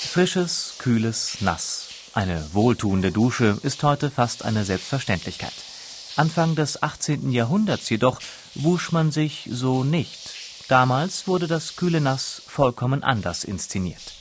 Frisches, kühles Nass. Eine wohltuende Dusche ist heute fast eine Selbstverständlichkeit. Anfang des 18. Jahrhunderts jedoch wusch man sich so nicht. Damals wurde das kühle Nass vollkommen anders inszeniert.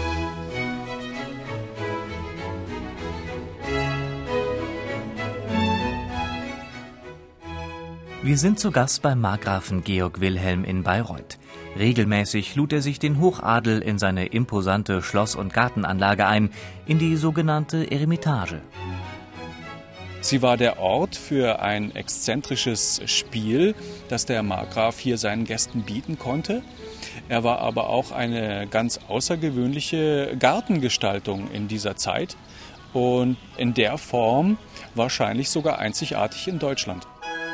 Wir sind zu Gast beim Markgrafen Georg Wilhelm in Bayreuth. Regelmäßig lud er sich den Hochadel in seine imposante Schloss- und Gartenanlage ein, in die sogenannte Eremitage. Sie war der Ort für ein exzentrisches Spiel, das der Markgraf hier seinen Gästen bieten konnte. Er war aber auch eine ganz außergewöhnliche Gartengestaltung in dieser Zeit und in der Form wahrscheinlich sogar einzigartig in Deutschland.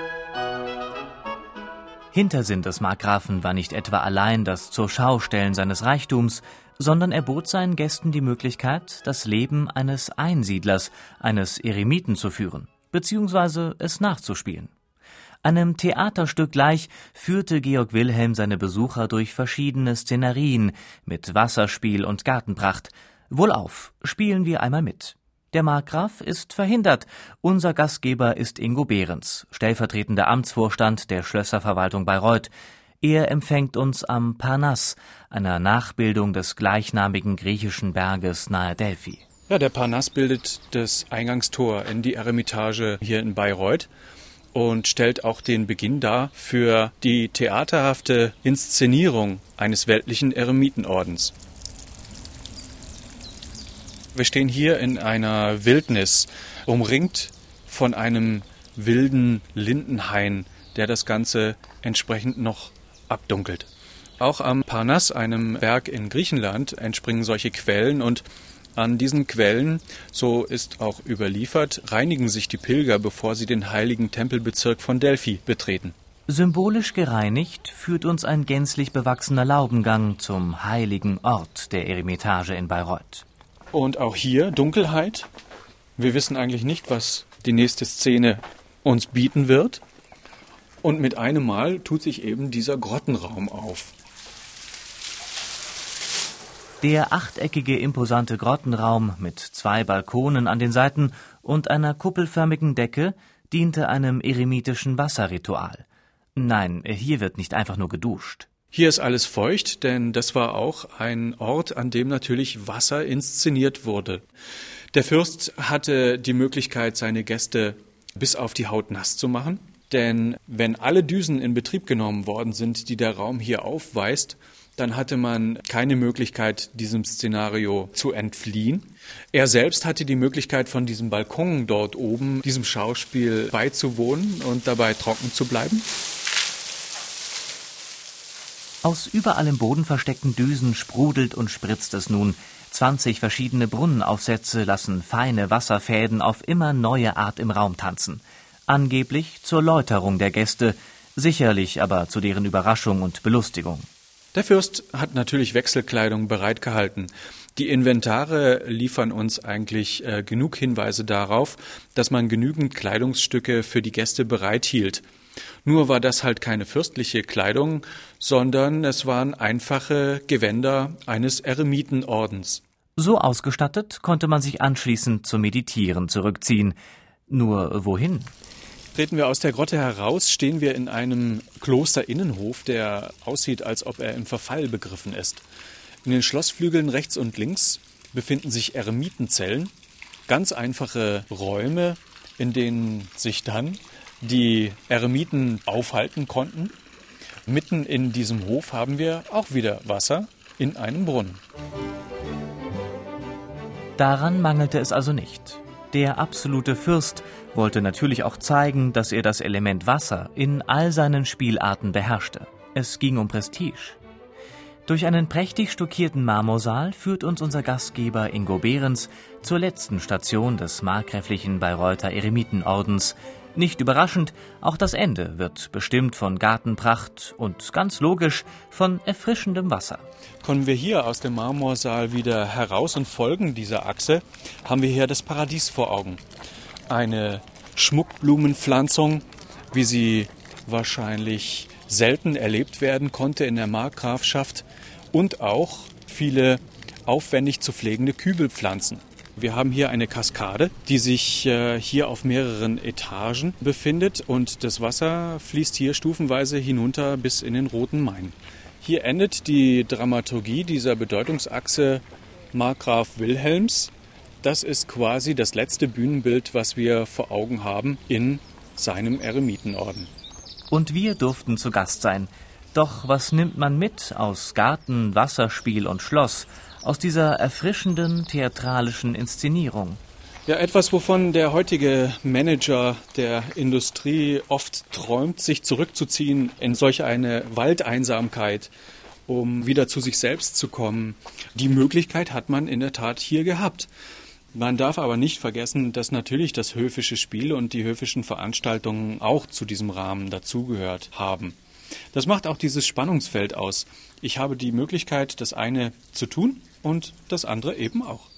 Hintersinn des Markgrafen war nicht etwa allein das Zur-Schau-Stellen seines Reichtums, sondern er bot seinen Gästen die Möglichkeit, das Leben eines Einsiedlers, eines Eremiten zu führen, beziehungsweise es nachzuspielen. Einem Theaterstück gleich führte Georg Wilhelm seine Besucher durch verschiedene Szenerien mit Wasserspiel und Gartenpracht. Wohlauf, spielen wir einmal mit. Der Markgraf ist verhindert. Unser Gastgeber ist Ingo Behrens, stellvertretender Amtsvorstand der Schlösserverwaltung Bayreuth. Er empfängt uns am Parnass, einer Nachbildung des gleichnamigen griechischen Berges nahe Delphi. Ja, der Parnass bildet das Eingangstor in die Eremitage hier in Bayreuth und stellt auch den Beginn dar für die theaterhafte Inszenierung eines weltlichen Eremitenordens. Wir stehen hier in einer Wildnis, umringt von einem wilden Lindenhain, der das Ganze entsprechend noch abdunkelt. Auch am Parnass, einem Berg in Griechenland, entspringen solche Quellen und an diesen Quellen, so ist auch überliefert, reinigen sich die Pilger, bevor sie den heiligen Tempelbezirk von Delphi betreten. Symbolisch gereinigt führt uns ein gänzlich bewachsener Laubengang zum heiligen Ort der Eremitage in Bayreuth. Und auch hier Dunkelheit. Wir wissen eigentlich nicht, was die nächste Szene uns bieten wird. Und mit einem Mal tut sich eben dieser Grottenraum auf. Der achteckige, imposante Grottenraum mit 2 Balkonen an den Seiten und einer kuppelförmigen Decke diente einem eremitischen Wasserritual. Nein, hier wird nicht einfach nur geduscht. Hier ist alles feucht, denn das war auch ein Ort, an dem natürlich Wasser inszeniert wurde. Der Fürst hatte die Möglichkeit, seine Gäste bis auf die Haut nass zu machen. Denn wenn alle Düsen in Betrieb genommen worden sind, die der Raum hier aufweist, dann hatte man keine Möglichkeit, diesem Szenario zu entfliehen. Er selbst hatte die Möglichkeit, von diesem Balkon dort oben, diesem Schauspiel beizuwohnen und dabei trocken zu bleiben. Aus überall im Boden versteckten Düsen sprudelt und spritzt es nun. 20 verschiedene Brunnenaufsätze lassen feine Wasserfäden auf immer neue Art im Raum tanzen. Angeblich zur Läuterung der Gäste, sicherlich aber zu deren Überraschung und Belustigung. Der Fürst hat natürlich Wechselkleidung bereitgehalten. Die Inventare liefern uns eigentlich genug Hinweise darauf, dass man genügend Kleidungsstücke für die Gäste bereithielt. Nur war das halt keine fürstliche Kleidung, sondern es waren einfache Gewänder eines Eremitenordens. So ausgestattet konnte man sich anschließend zum Meditieren zurückziehen. Nur wohin? Treten wir aus der Grotte heraus, stehen wir in einem Klosterinnenhof, der aussieht, als ob er im Verfall begriffen ist. In den Schlossflügeln rechts und links befinden sich Eremitenzellen, ganz einfache Räume, in denen sich dann die Eremiten aufhalten konnten. Mitten in diesem Hof haben wir auch wieder Wasser in einem Brunnen. Daran mangelte es also nicht. Der absolute Fürst wollte natürlich auch zeigen, dass er das Element Wasser in all seinen Spielarten beherrschte. Es ging um Prestige. Durch einen prächtig stuckierten Marmorsaal führt uns unser Gastgeber Ingo Behrens zur letzten Station des markgräflichen Bayreuther Eremitenordens. Nicht überraschend, auch das Ende wird bestimmt von Gartenpracht und ganz logisch von erfrischendem Wasser. Kommen wir hier aus dem Marmorsaal wieder heraus und folgen dieser Achse, haben wir hier das Paradies vor Augen. Eine Schmuckblumenpflanzung, wie sie wahrscheinlich selten erlebt werden konnte in der Markgrafschaft, und auch viele aufwendig zu pflegende Kübelpflanzen. Wir haben hier eine Kaskade, die sich hier auf mehreren Etagen befindet und das Wasser fließt hier stufenweise hinunter bis in den Roten Main. Hier endet die Dramaturgie dieser Bedeutungsachse Markgraf Wilhelms. Das ist quasi das letzte Bühnenbild, was wir vor Augen haben in seinem Eremitenorden. Und wir durften zu Gast sein. Doch was nimmt man mit aus Garten, Wasserspiel und Schloss, aus dieser erfrischenden theatralischen Inszenierung? Ja, etwas, wovon der heutige Manager der Industrie oft träumt, sich zurückzuziehen in solch eine Waldeinsamkeit, um wieder zu sich selbst zu kommen. Die Möglichkeit hat man in der Tat hier gehabt. Man darf aber nicht vergessen, dass natürlich das höfische Spiel und die höfischen Veranstaltungen auch zu diesem Rahmen dazugehört haben. Das macht auch dieses Spannungsfeld aus. Ich habe die Möglichkeit, das eine zu tun und das andere eben auch.